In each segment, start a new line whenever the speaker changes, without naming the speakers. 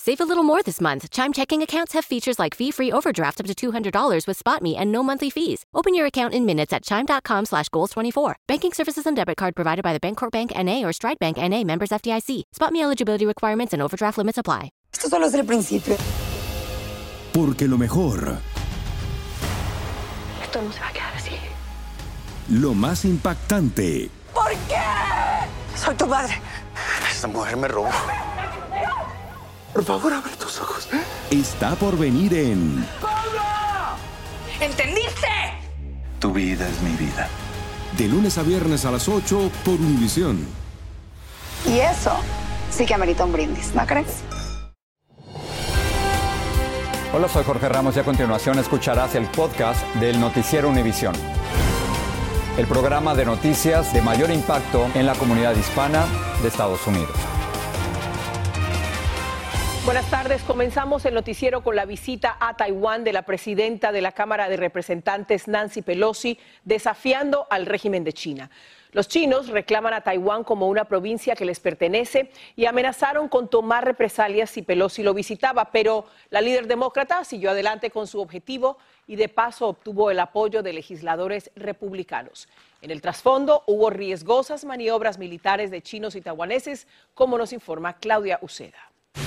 Save a little more this month. Chime checking accounts have features like fee-free overdraft up to $200 with SpotMe and no monthly fees. Open your account in minutes at chime.com/goals24. Banking services and debit card provided by the Bancorp Bank N.A. or Stride Bank N.A. members FDIC. SpotMe eligibility requirements and overdraft limits apply.
Esto solo es el principio.
Porque lo mejor...
Esto no se va a quedar así.
Lo más impactante...
¿Por qué? Soy tu madre.
Esta mujer me robó. Por favor, abre tus ojos.
Está por venir en...
¡Pablo! ¿Entendiste?
Tu vida es mi vida.
De lunes a viernes a las 8 por Univisión.
Y eso sí que amerita un brindis, ¿no crees?
Hola, soy Jorge Ramos y a continuación escucharás el podcast del Noticiero Univisión. El programa de noticias de mayor impacto en la comunidad hispana de Estados Unidos.
Buenas tardes. Comenzamos el noticiero con la visita a Taiwán de la presidenta de la Cámara de Representantes, Nancy Pelosi, desafiando al régimen de China. Los chinos reclaman a Taiwán como una provincia que les pertenece y amenazaron con tomar represalias si Pelosi lo visitaba, pero la líder demócrata siguió adelante con su objetivo y de paso obtuvo el apoyo de legisladores republicanos. En el trasfondo hubo riesgosas maniobras militares de chinos y taiwaneses, como nos informa Claudia Uceda.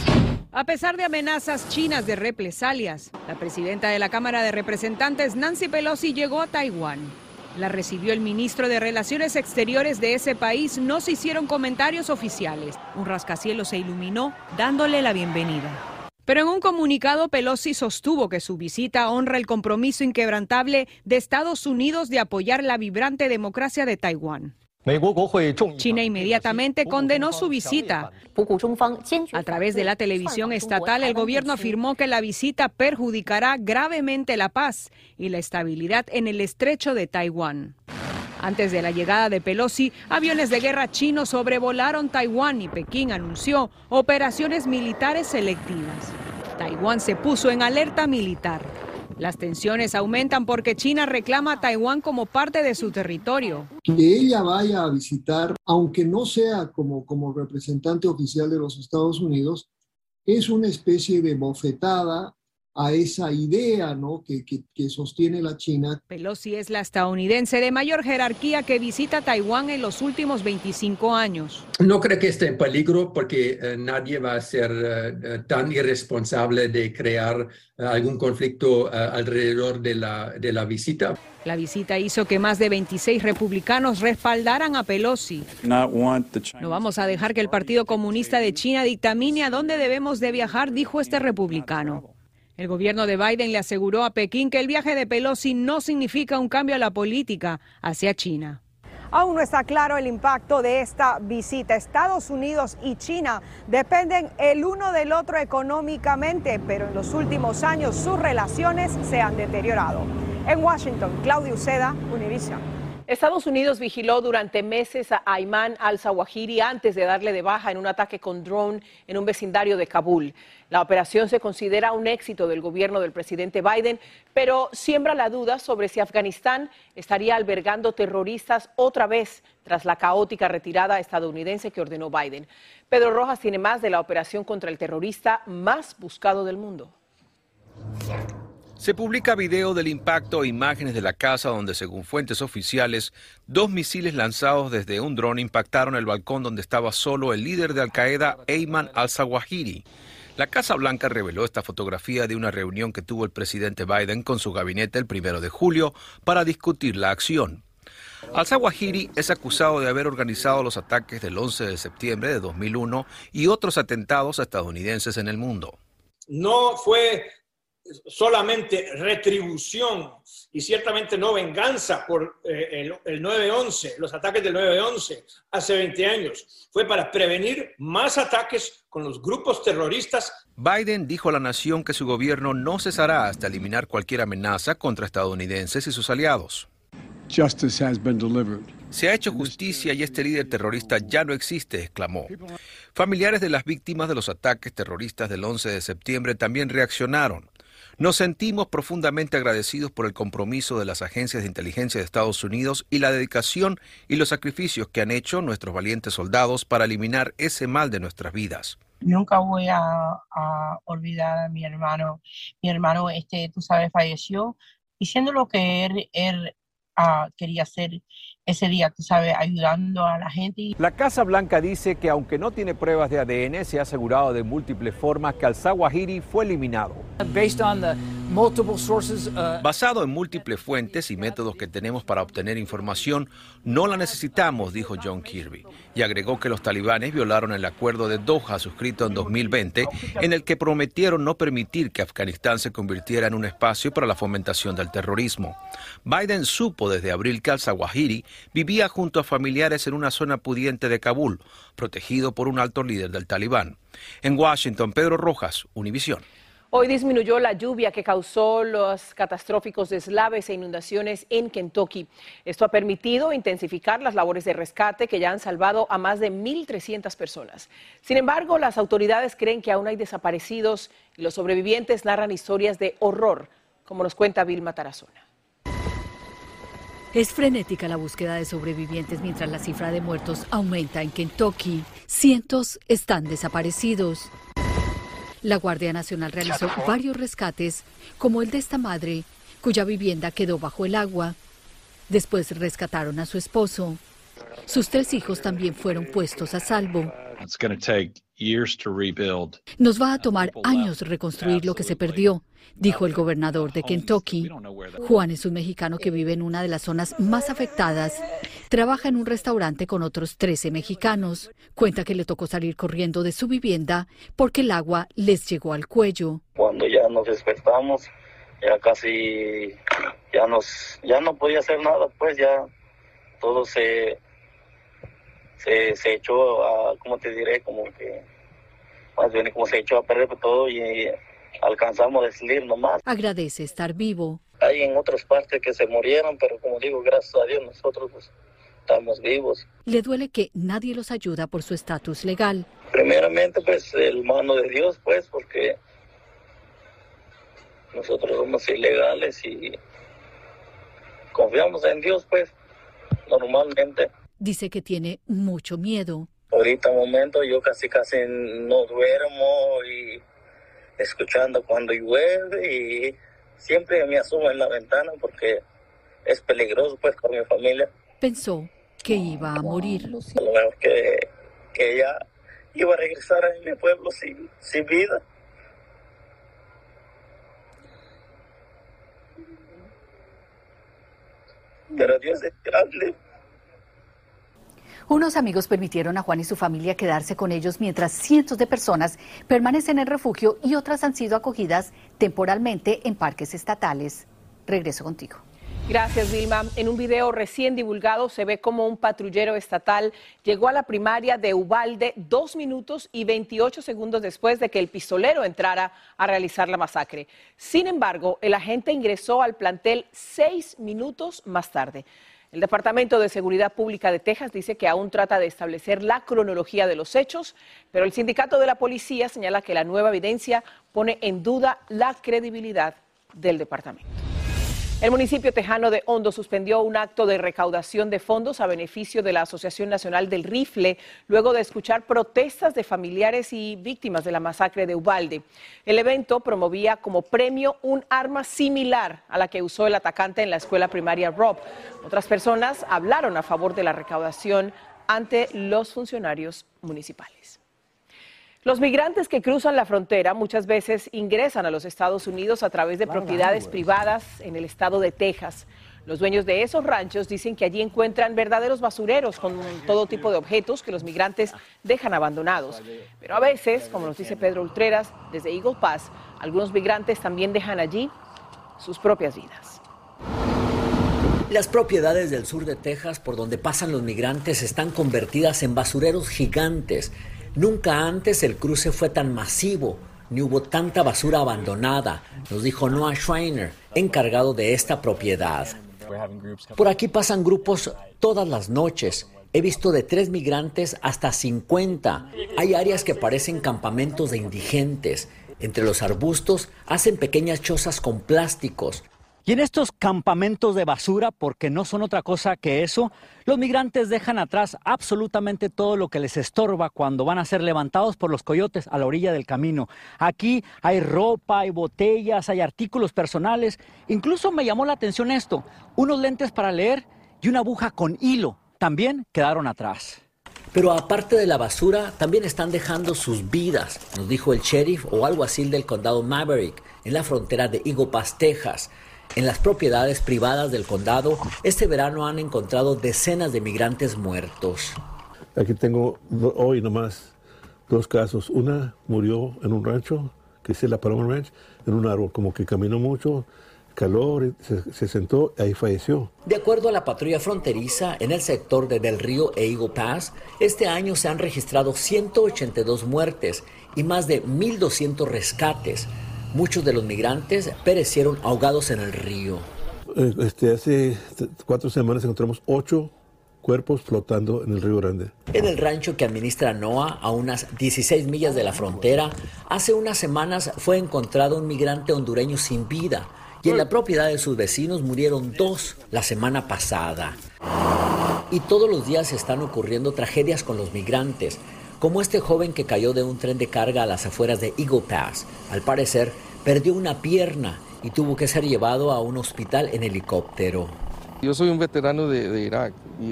A pesar de amenazas chinas de represalias, la presidenta de la Cámara de Representantes, Nancy Pelosi, llegó a Taiwán. La recibió el ministro de Relaciones Exteriores de ese país. No se hicieron comentarios oficiales. Un rascacielos se iluminó dándole la bienvenida. Pero en un comunicado, Pelosi sostuvo que su visita honra el compromiso inquebrantable de Estados Unidos de apoyar la vibrante democracia de Taiwán. China inmediatamente condenó su visita. A través de la televisión estatal, el gobierno afirmó que la visita perjudicará gravemente la paz y la estabilidad en el estrecho de Taiwán. Antes de la llegada de Pelosi, aviones de guerra chinos sobrevolaron Taiwán y Pekín anunció operaciones militares selectivas. Taiwán se puso en alerta militar. Las tensiones aumentan porque China reclama a Taiwán como parte de su territorio.
Que ella vaya a visitar, aunque no sea como representante oficial de los Estados Unidos, es una especie de bofetada a esa idea, ¿no?, que sostiene la China.
Pelosi es la estadounidense de mayor jerarquía que visita Taiwán en los últimos 25 años.
No creo que esté en peligro porque nadie va a ser tan irresponsable de crear algún conflicto alrededor de la visita.
La visita hizo que más de 26 republicanos respaldaran a Pelosi. No vamos a dejar que el Partido Comunista de China dictamine a dónde debemos de viajar, dijo este republicano. El gobierno de Biden le aseguró a Pekín que el viaje de Pelosi no significa un cambio a la política hacia China.
Aún no está claro el impacto de esta visita. Estados Unidos y China dependen el uno del otro económicamente, pero en los últimos años sus relaciones se han deteriorado. En Washington, Claudia Uceda, Univisión.
Estados Unidos vigiló durante meses a Ayman al-Zawahiri antes de darle de baja en un ataque con dron en un vecindario de Kabul. La operación se considera un éxito del gobierno del presidente Biden, pero siembra la duda sobre si Afganistán estaría albergando terroristas otra vez tras la caótica retirada estadounidense que ordenó Biden. Pedro Rojas tiene más de la operación contra el terrorista más buscado del mundo.
Se publica video del impacto e imágenes de la casa donde, según fuentes oficiales, 2 misiles lanzados desde un dron impactaron el balcón donde estaba solo el líder de Al-Qaeda, Ayman al-Zawahiri. La Casa Blanca reveló esta fotografía de una reunión que tuvo el presidente Biden con su gabinete el 1 de julio para discutir la acción. Al-Zawahiri es acusado de haber organizado los ataques del 11 de septiembre de 2001 y otros atentados estadounidenses en el mundo.
No fue solamente retribución y ciertamente no venganza por el 9/11, los ataques del 9/11 hace 20 años. Fue para prevenir más ataques con los grupos terroristas.
Biden dijo a la nación que su gobierno no cesará hasta eliminar cualquier amenaza contra estadounidenses y sus aliados.
Justice has been delivered.
Se ha hecho justicia y este líder terrorista ya no existe, exclamó. Familiares de las víctimas de los ataques terroristas del 11 de septiembre también reaccionaron. Nos sentimos profundamente agradecidos por el compromiso de las agencias de inteligencia de Estados Unidos y la dedicación y los sacrificios que han hecho nuestros valientes soldados para eliminar ese mal de nuestras vidas.
Nunca voy a olvidar a mi hermano. Mi hermano, tú sabes, falleció diciendo lo que él quería hacer ese día, tú sabes, ayudando a la gente.
La Casa Blanca dice que aunque no tiene pruebas de ADN, se ha asegurado de múltiples formas que al-Zawahiri fue eliminado.
Basado en múltiples fuentes y métodos que tenemos para obtener información, no la necesitamos, dijo John Kirby. Y agregó que los talibanes violaron el acuerdo de Doha suscrito en 2020, en el que prometieron no permitir que Afganistán se convirtiera en un espacio para la fomentación del terrorismo. Biden supo desde abril que al-Zawahiri vivía junto a familiares en una zona pudiente de Kabul, protegido por un alto líder del Talibán. En Washington, Pedro Rojas, Univisión.
Hoy disminuyó la lluvia que causó los catastróficos deslaves e inundaciones en Kentucky. Esto ha permitido intensificar las labores de rescate que ya han salvado a más de 1.300 personas. Sin embargo, las autoridades creen que aún hay desaparecidos y los sobrevivientes narran historias de horror, como nos cuenta Vilma Tarazona.
Es frenética la búsqueda de sobrevivientes mientras la cifra de muertos aumenta en Kentucky. Cientos están desaparecidos. La Guardia Nacional realizó varios rescates, como el de esta madre, cuya vivienda quedó bajo el agua. Después rescataron a su esposo. Sus 3 hijos también fueron puestos a salvo. Nos va a tomar años reconstruir lo que se perdió, dijo el gobernador de Kentucky. Juan es un mexicano que vive en una de las zonas más afectadas. Trabaja en un restaurante con otros 13 mexicanos. Cuenta que le tocó salir corriendo de su vivienda porque el agua les llegó al cuello.
Cuando ya nos despertamos, ya casi, ya no podía hacer nada, pues ya todo se echó a, ¿cómo te diré? Como que, más bien como se echó a perder todo y alcanzamos a salir nomás.
Agradece estar vivo.
Hay en otras partes que se murieron, pero como digo, gracias a Dios nosotros pues, estamos vivos.
Le duele que nadie los ayuda por su estatus legal.
Primeramente, pues, el mano de Dios, pues, porque nosotros somos ilegales y confiamos en Dios, pues, normalmente.
Dice que tiene mucho miedo.
Ahorita, momento, yo casi no duermo y escuchando cuando llueve y siempre me asomo en la ventana porque es peligroso, pues, con mi familia.
Pensó que iba a morir.
A lo mejor que ella iba a regresar a mi pueblo sin vida. Pero Dios es grande.
Unos amigos permitieron a Juan y su familia quedarse con ellos mientras cientos de personas permanecen en refugio y otras han sido acogidas temporalmente en parques estatales. Regreso contigo.
Gracias, Vilma. En un video recién divulgado se ve cómo un patrullero estatal llegó a la primaria de Uvalde 2 minutos y 28 segundos después de que el pistolero entrara a realizar la masacre. Sin embargo, el agente ingresó al plantel 6 minutos más tarde. El Departamento de Seguridad Pública de Texas dice que aún trata de establecer la cronología de los hechos, pero el sindicato de la policía señala que la nueva evidencia pone en duda la credibilidad del departamento. El municipio tejano de Hondo suspendió un acto de recaudación de fondos a beneficio de la Asociación Nacional del Rifle, luego de escuchar protestas de familiares y víctimas de la masacre de Uvalde. El evento promovía como premio un arma similar a la que usó el atacante en la escuela primaria Robb. Otras personas hablaron a favor de la recaudación ante los funcionarios municipales. Los migrantes que cruzan la frontera muchas veces ingresan a los Estados Unidos a través de propiedades privadas en el estado de Texas. Los dueños de esos ranchos dicen que allí encuentran verdaderos basureros con todo tipo de objetos que los migrantes dejan abandonados. Pero a veces, como nos dice Pedro Ultreras, desde Eagle Pass, algunos migrantes también dejan allí sus propias vidas.
Las propiedades del sur de Texas, por donde pasan los migrantes, están convertidas en basureros gigantes. Nunca antes el cruce fue tan masivo, ni hubo tanta basura abandonada, nos dijo Noah Schreiner, encargado de esta propiedad. Por aquí pasan grupos todas las noches. He visto de 3 migrantes hasta 50. Hay áreas que parecen campamentos de indigentes. Entre los arbustos hacen pequeñas chozas con plásticos.
Y en estos campamentos de basura, porque no son otra cosa que eso, los migrantes dejan atrás absolutamente todo lo que les estorba cuando van a ser levantados por los coyotes a la orilla del camino. Aquí hay ropa, hay botellas, hay artículos personales. Incluso me llamó la atención esto, unos lentes para leer y una aguja con hilo. También quedaron atrás.
Pero aparte de la basura, también están dejando sus vidas, nos dijo el sheriff o alguacil del condado Maverick, en la frontera de Eagle Pass, Texas. En las propiedades privadas del condado, este verano han encontrado decenas de migrantes muertos.
Aquí tengo hoy nomás 2 casos. Una murió en un rancho, que es la Paloma Ranch, en un árbol, como que caminó mucho, calor, se sentó y ahí falleció.
De acuerdo a la patrulla fronteriza, en el sector de Del Río e Eagle Pass, este año se han registrado 182 muertes y más de 1,200 rescates. Muchos de los migrantes perecieron ahogados en el río.
Hace 4 semanas encontramos 8 cuerpos flotando en el Río Grande.
En el rancho que administra NOAA, a unas 16 millas de la frontera, hace unas semanas fue encontrado un migrante hondureño sin vida. Y en la propiedad de sus vecinos murieron 2 la semana pasada. Y todos los días están ocurriendo tragedias con los migrantes, como este joven que cayó de un tren de carga a las afueras de Eagle Pass. Al parecer, perdió una pierna y tuvo que ser llevado a un hospital en helicóptero.
Yo soy un veterano de Irak y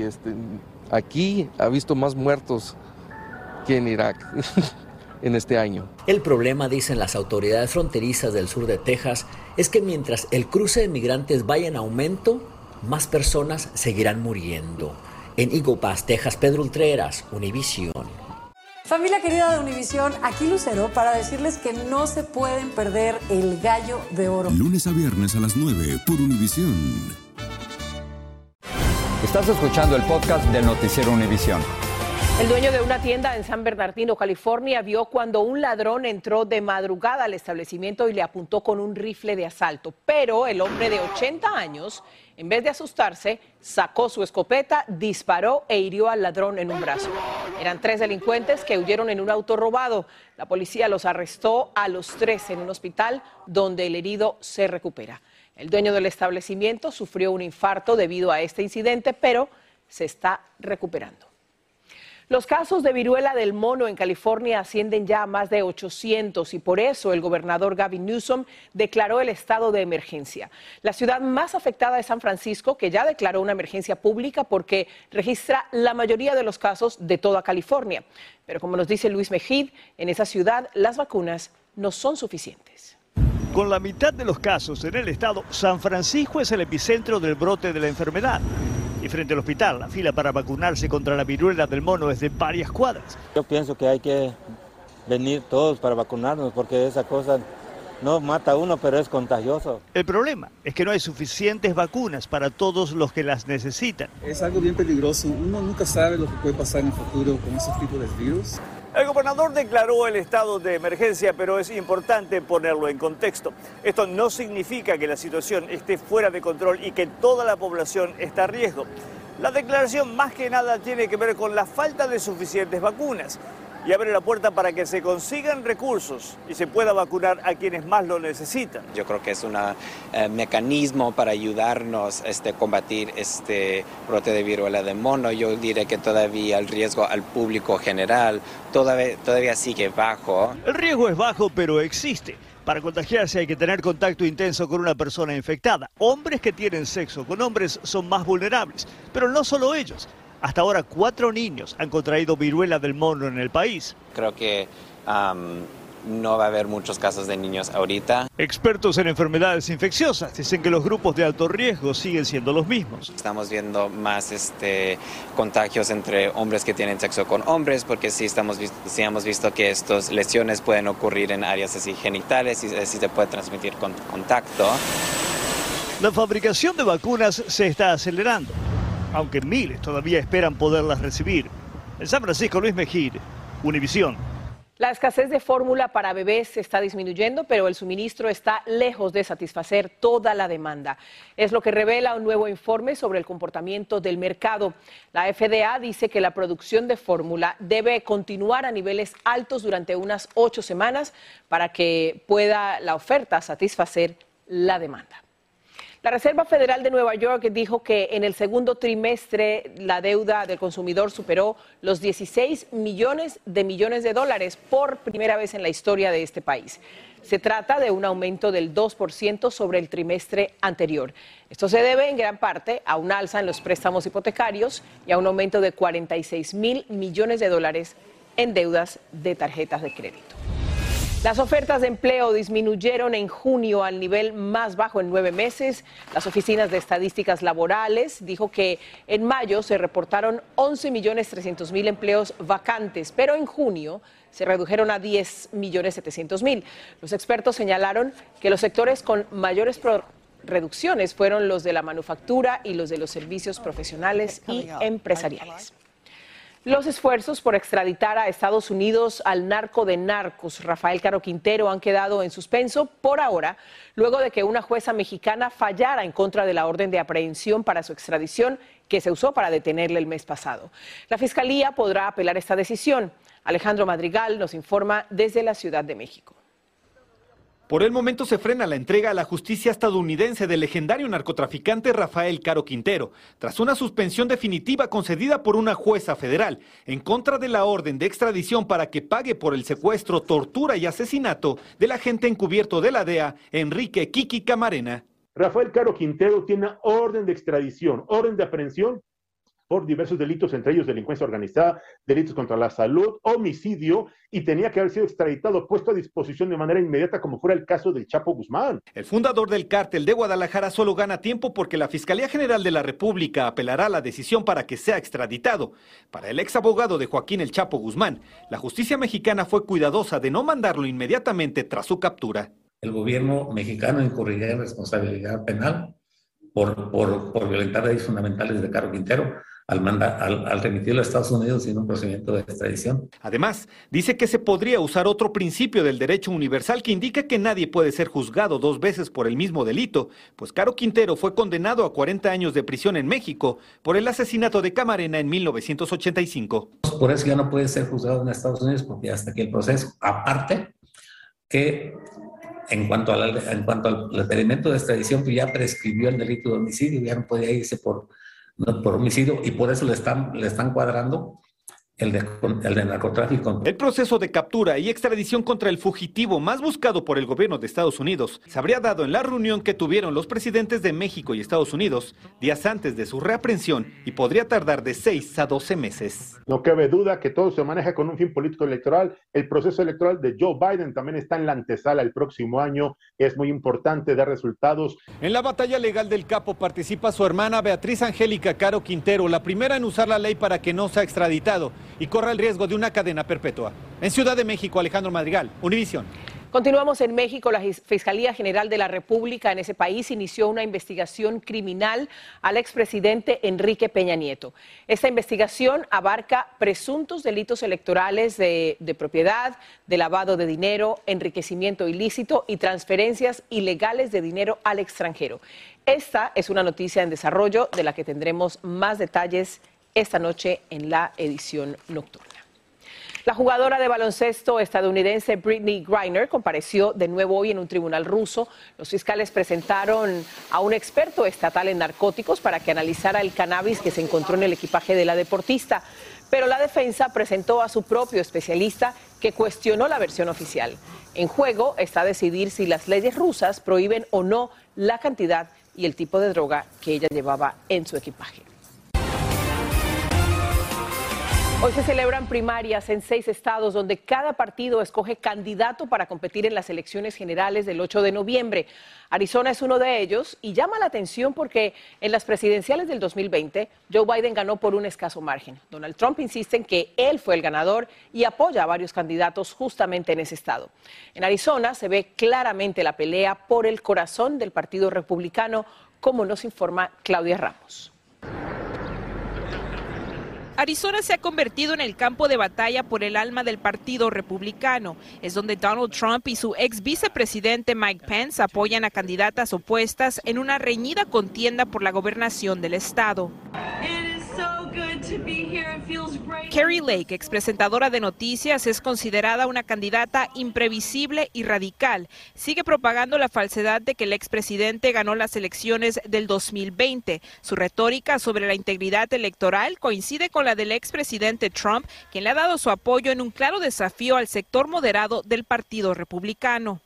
aquí ha visto más muertos que en Irak en este año.
El problema, dicen las autoridades fronterizas del sur de Texas, es que mientras el cruce de migrantes vaya en aumento, más personas seguirán muriendo. En Eagle Pass, Texas, Pedro Ultreras, Univisión.
Familia querida de Univisión, aquí Lucero para decirles que no se pueden perder el Gallo de Oro.
Lunes a viernes a las 9 por Univisión.
Estás escuchando el podcast del Noticiero Univisión.
El dueño de una tienda en San Bernardino, California, vio cuando un ladrón entró de madrugada al establecimiento y le apuntó con un rifle de asalto. Pero el hombre de 80 años, en vez de asustarse, sacó su escopeta, disparó e hirió al ladrón en un brazo. Eran 3 delincuentes que huyeron en un auto robado. La policía los arrestó a los 3 en un hospital donde el herido se recupera. El dueño del establecimiento sufrió un infarto debido a este incidente, pero se está recuperando. Los casos de viruela del mono en California ascienden ya a más de 800 y por eso el gobernador Gavin Newsom declaró el estado de emergencia. La ciudad más afectada es San Francisco, que ya declaró una emergencia pública porque registra la mayoría de los casos de toda California. Pero como nos dice Luis Mejid, en esa ciudad las vacunas no son suficientes.
Con la mitad de los casos en el estado, San Francisco es el epicentro del brote de la enfermedad. Y frente al hospital, la fila para vacunarse contra la viruela del mono es de varias cuadras.
Yo pienso que hay que venir todos para vacunarnos porque esa cosa no mata a uno, pero es contagioso.
El problema es que no hay suficientes vacunas para todos los que las necesitan.
Es algo bien peligroso. Uno nunca sabe lo que puede pasar en el futuro con esos tipos de virus.
El gobernador declaró el estado de emergencia, pero es importante ponerlo en contexto. Esto no significa que la situación esté fuera de control y que toda la población está a riesgo. La declaración más que nada tiene que ver con la falta de suficientes vacunas y abre la puerta para que se consigan recursos y se pueda vacunar a quienes más lo necesitan.
Yo creo que es un mecanismo para ayudarnos a combatir este brote de viruela del mono. Yo diré que todavía el riesgo al público general todavía sigue bajo.
El riesgo es bajo, pero existe. Para contagiarse hay que tener contacto intenso con una persona infectada. Hombres que tienen sexo con hombres son más vulnerables, pero no solo ellos. Hasta ahora 4 niños han contraído viruela del mono en el país.
Creo que no va a haber muchos casos de niños ahorita.
Expertos en enfermedades infecciosas dicen que los grupos de alto riesgo siguen siendo los mismos.
Estamos viendo más contagios entre hombres que tienen sexo con hombres, porque sí hemos visto que estas lesiones pueden ocurrir en áreas así genitales y así se puede transmitir con contacto.
La fabricación de vacunas se está acelerando, aunque miles todavía esperan poderlas recibir. En San Francisco, Luis Mejid, Univisión.
La escasez de fórmula para bebés está disminuyendo, pero el suministro está lejos de satisfacer toda la demanda. Es lo que revela un nuevo informe sobre el comportamiento del mercado. La FDA dice que la producción de fórmula debe continuar a niveles altos durante unas 8 semanas para que pueda la oferta satisfacer la demanda. La Reserva Federal de Nueva York dijo que en el segundo trimestre la deuda del consumidor superó los 16 millones de dólares por primera vez en la historia de este país. Se trata de un aumento del 2% sobre el trimestre anterior. Esto se debe en gran parte a un alza en los préstamos hipotecarios y a un aumento de 46.000 millones de dólares en deudas de tarjetas de crédito. Las ofertas de empleo disminuyeron en junio al nivel más bajo en 9 meses. Las oficinas de estadísticas laborales dijo que en mayo se reportaron 11.300.000 empleos vacantes, pero en junio se redujeron a 10.700.000. Los expertos señalaron que los sectores con mayores reducciones fueron los de la manufactura y los de los servicios profesionales y empresariales. Los esfuerzos por extraditar a Estados Unidos al narco de narcos, Rafael Caro Quintero, han quedado en suspenso por ahora, luego de que una jueza mexicana fallara en contra de la orden de aprehensión para su extradición que se usó para detenerle el mes pasado. La Fiscalía podrá apelar esta decisión. Alejandro Madrigal nos informa desde la Ciudad de México.
Por el momento se frena la entrega a la justicia estadounidense del legendario narcotraficante Rafael Caro Quintero, tras una suspensión definitiva concedida por una jueza federal en contra de la orden de extradición para que pague por el secuestro, tortura y asesinato del agente encubierto de la DEA, Enrique Kiki Camarena.
Rafael Caro Quintero tiene orden de extradición, orden de aprehensión por diversos delitos, entre ellos delincuencia organizada, delitos contra la salud, homicidio, y tenía que haber sido extraditado, puesto a disposición de manera inmediata, como fuera el caso del Chapo Guzmán.
El fundador del cártel de Guadalajara solo gana tiempo porque la Fiscalía General de la República apelará la decisión para que sea extraditado. Para el ex abogado de Joaquín El Chapo Guzmán, la justicia mexicana fue cuidadosa de no mandarlo inmediatamente tras su captura.
El gobierno mexicano incurriría en responsabilidad penal por violentar derechos fundamentales de Caro Quintero al remitirlo a Estados Unidos sin un procedimiento de extradición.
Además, dice que se podría usar otro principio del derecho universal que indica que nadie puede ser juzgado 2 veces por el mismo delito, pues Caro Quintero fue condenado a 40 años de prisión en México por el asesinato de Camarena en 1985.
Por eso ya no puede ser juzgado en Estados Unidos porque hasta aquí el proceso. Aparte que en cuanto al pedimento de extradición, pues ya prescribió el delito de homicidio, ya no podía irse por homicidio, y por eso le están cuadrando el de narcotráfico.
El proceso de captura y extradición contra el fugitivo más buscado por el gobierno de Estados Unidos se habría dado en la reunión que tuvieron los presidentes de México y Estados Unidos días antes de su reaprehensión y podría tardar de 6 a 12 meses.
No cabe duda que todo se maneja con un fin político electoral. El proceso electoral de Joe Biden también está en la antesala el próximo año. Es muy importante dar resultados.
En la batalla legal del Capo participa su hermana Beatriz Angélica Caro Quintero, la primera en usar la ley para que no sea extraditado y corra el riesgo de una cadena perpetua. En Ciudad de México, Alejandro Madrigal, Univisión.
Continuamos en México. La Fiscalía General de la República en ese país inició una investigación criminal al expresidente Enrique Peña Nieto. Esta investigación abarca presuntos delitos electorales de propiedad, de lavado de dinero, enriquecimiento ilícito y transferencias ilegales de dinero al extranjero. Esta es una noticia en desarrollo de la que tendremos más detalles esta noche en la edición nocturna. La jugadora de baloncesto estadounidense Brittney Griner compareció de nuevo hoy en un tribunal ruso. Los fiscales presentaron a un experto estatal en narcóticos para que analizara el cannabis que se encontró en el equipaje de la deportista. Pero la defensa presentó a su propio especialista que cuestionó la versión oficial. En juego está decidir si las leyes rusas prohíben o no la cantidad y el tipo de droga que ella llevaba en su equipaje. Hoy se celebran primarias en 6 estados donde cada partido escoge candidato para competir en las elecciones generales del 8 de noviembre. Arizona es uno de ellos y llama la atención porque en las presidenciales del 2020 Joe Biden ganó por un escaso margen. Donald Trump insiste en que él fue el ganador y apoya a varios candidatos justamente en ese estado. En Arizona se ve claramente la pelea por el corazón del Partido Republicano, como nos informa Claudia Ramos.
Arizona se ha convertido en el campo de batalla por el alma del Partido Republicano. Es donde Donald Trump y su ex vicepresidente Mike Pence apoyan a candidatas opuestas en una reñida contienda por la gobernación del estado. Kari Lake, expresentadora de noticias, es considerada una candidata imprevisible y radical. Sigue propagando la falsedad de que el expresidente ganó las elecciones del 2020. Su retórica sobre la integridad electoral coincide con la del expresidente Trump, quien le ha dado su apoyo en un claro desafío al sector moderado del Partido Republicano.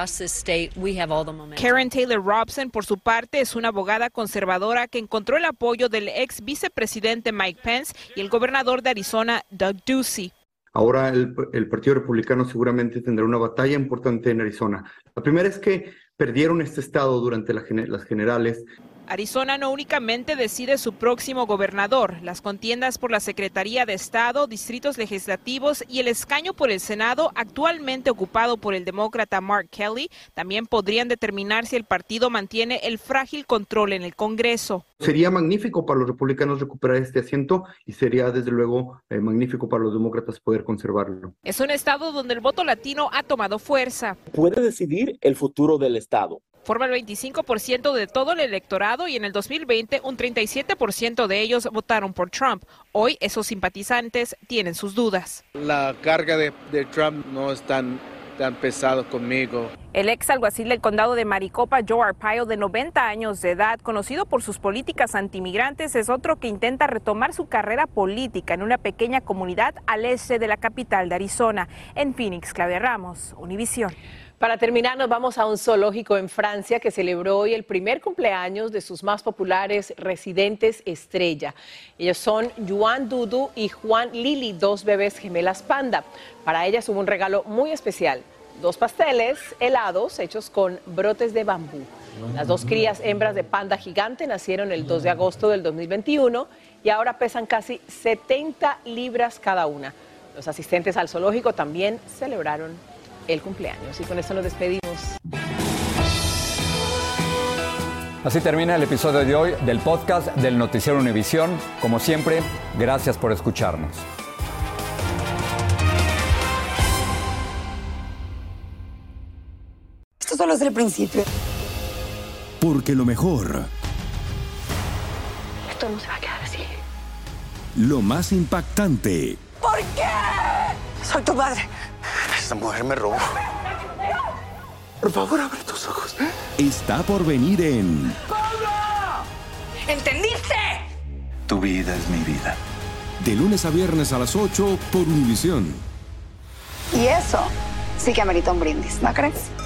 Karen Taylor Robson, por su parte, es una abogada conservadora que encontró el apoyo del ex vicepresidente Mike Pence y el gobernador de Arizona, Doug Ducey.
Ahora el Partido Republicano seguramente tendrá una batalla importante en Arizona. La primera es que perdieron este estado durante las generales.
Arizona no únicamente decide su próximo gobernador. Las contiendas por la Secretaría de Estado, distritos legislativos y el escaño por el Senado, actualmente ocupado por el demócrata Mark Kelly, también podrían determinar si el partido mantiene el frágil control en el Congreso.
Sería magnífico para los republicanos recuperar este asiento y sería desde luego magnífico para los demócratas poder conservarlo.
Es un estado donde el voto latino ha tomado fuerza.
Puede decidir el futuro del estado.
Forma el 25% de todo el electorado y en el 2020 un 37% de ellos votaron por Trump. Hoy esos simpatizantes tienen sus dudas.
La carga de Trump no es tan pesado conmigo.
El ex alguacil del condado de Maricopa, Joe Arpaio, de 90 años de edad, conocido por sus políticas antimigrantes, es otro que intenta retomar su carrera política en una pequeña comunidad al este de la capital de Arizona. En Phoenix, Claudia Ramos, Univisión.
Para terminar, nos vamos a un zoológico en Francia que celebró hoy el primer cumpleaños de sus más populares residentes estrella. Ellos son Juan Dudu y Juan Lili, dos bebés gemelas panda. Para ellas hubo un regalo muy especial, 2 pasteles helados hechos con brotes de bambú. Las 2 crías hembras de panda gigante nacieron el 2 de agosto del 2021 y ahora pesan casi 70 libras cada una. Los asistentes al zoológico también celebraron el cumpleaños. Y con esto nos despedimos.
Así termina el episodio de hoy del podcast del Noticiero Univisión. Como siempre, gracias por escucharnos.
Esto solo es el principio.
Porque lo mejor,
Esto no se va a quedar así.
lo más impactante,
¿Por qué? Soy tu madre.
Esta mujer me robó. Por favor, abre tus ojos.
está por venir en
¡Pablo! ¿Entendiste?
Tu vida es mi vida.
de lunes a viernes a las 8 por Univisión.
Y eso sí que amerita un brindis, ¿no crees?